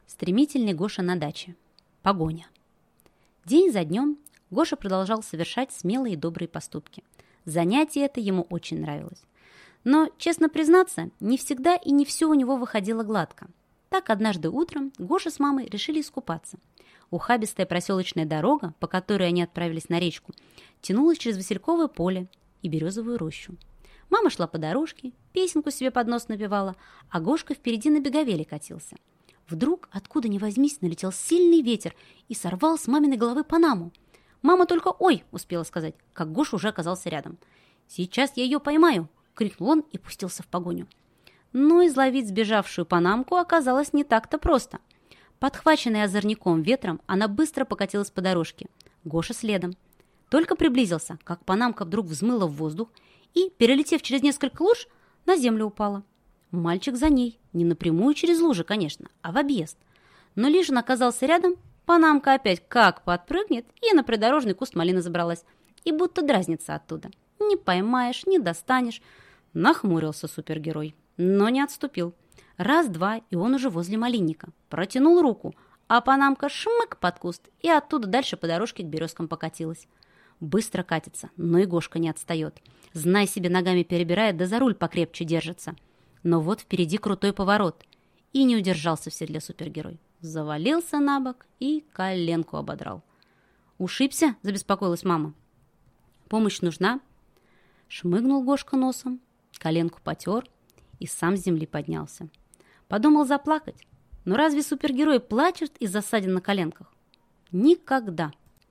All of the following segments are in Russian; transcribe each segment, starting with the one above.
Стремительный Гоша на даче. Погоня. День за днем Гоша продолжал совершать смелые и добрые поступки. Занятие это ему очень нравилось. Но, честно признаться, не всегда и не все у него выходило гладко. Так однажды утром Гоша с мамой решили искупаться. Ухабистая проселочная дорога, по которой они отправились на речку, тянулась через васильковое поле и березовую рощу. Мама шла по дорожке, песенку себе под нос напевала, а Гошка впереди на беговеле катился. Вдруг, откуда ни возьмись, налетел сильный ветер и сорвал с маминой головы панаму. Мама только «Ой!» успела сказать, как Гоша уже оказался рядом. «Сейчас я ее поймаю!» — крикнул он и пустился в погоню. Но изловить сбежавшую панамку оказалось не так-то просто. Подхваченная озорником ветром, она быстро покатилась по дорожке. Гоша следом. Только приблизился, как панамка вдруг взмыла в воздух и, перелетев через несколько луж, на землю упала. Мальчик за ней, не напрямую через лужи, конечно, а в объезд. Но лишь он оказался рядом, панамка опять как подпрыгнет и на придорожный куст малины забралась. И будто дразнится оттуда. Не поймаешь, не достанешь. Нахмурился супергерой, но не отступил. Раз-два, и он уже возле малинника. Протянул руку, а панамка шмык под куст и оттуда дальше по дорожке к березкам покатилась. Быстро катится, но и Гошка не отстает. Знай себе, ногами перебирает, да за руль покрепче держится. Но вот впереди крутой поворот. И не удержался в седле супергерой. Завалился на бок и коленку ободрал. «Ушибся?» – забеспокоилась мама. «Помощь нужна?» Шмыгнул Гошка носом, коленку потер и сам с земли поднялся. Подумал заплакать. Но разве супергерои плачут из-за ссадин на коленках? Никогда.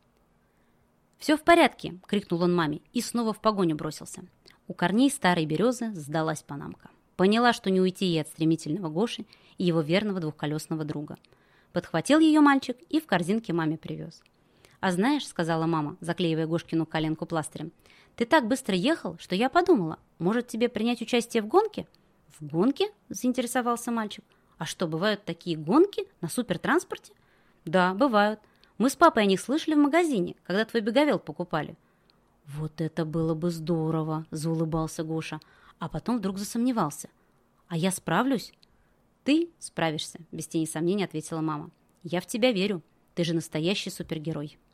«Все в порядке!» – крикнул он маме и снова в погоню бросился. У корней старой березы сдалась панамка. Поняла, что не уйти ей от стремительного Гоши и его верного двухколесного друга. Подхватил ее мальчик и в корзинке маме привез. «А знаешь, — сказала мама, заклеивая Гошкину коленку пластырем, — ты так быстро ехал, что я подумала, может, тебе принять участие в гонке?» «В гонке?» – заинтересовался мальчик. «А что, бывают такие гонки на супертранспорте?» «Да, бывают. Мы с папой о них слышали в магазине, когда твой беговел покупали». «Вот это было бы здорово!» – заулыбался Гоша, а потом вдруг засомневался. «А я справлюсь?» «Ты справишься», – без тени сомнения ответила мама. «Я в тебя верю. Ты же настоящий супергерой».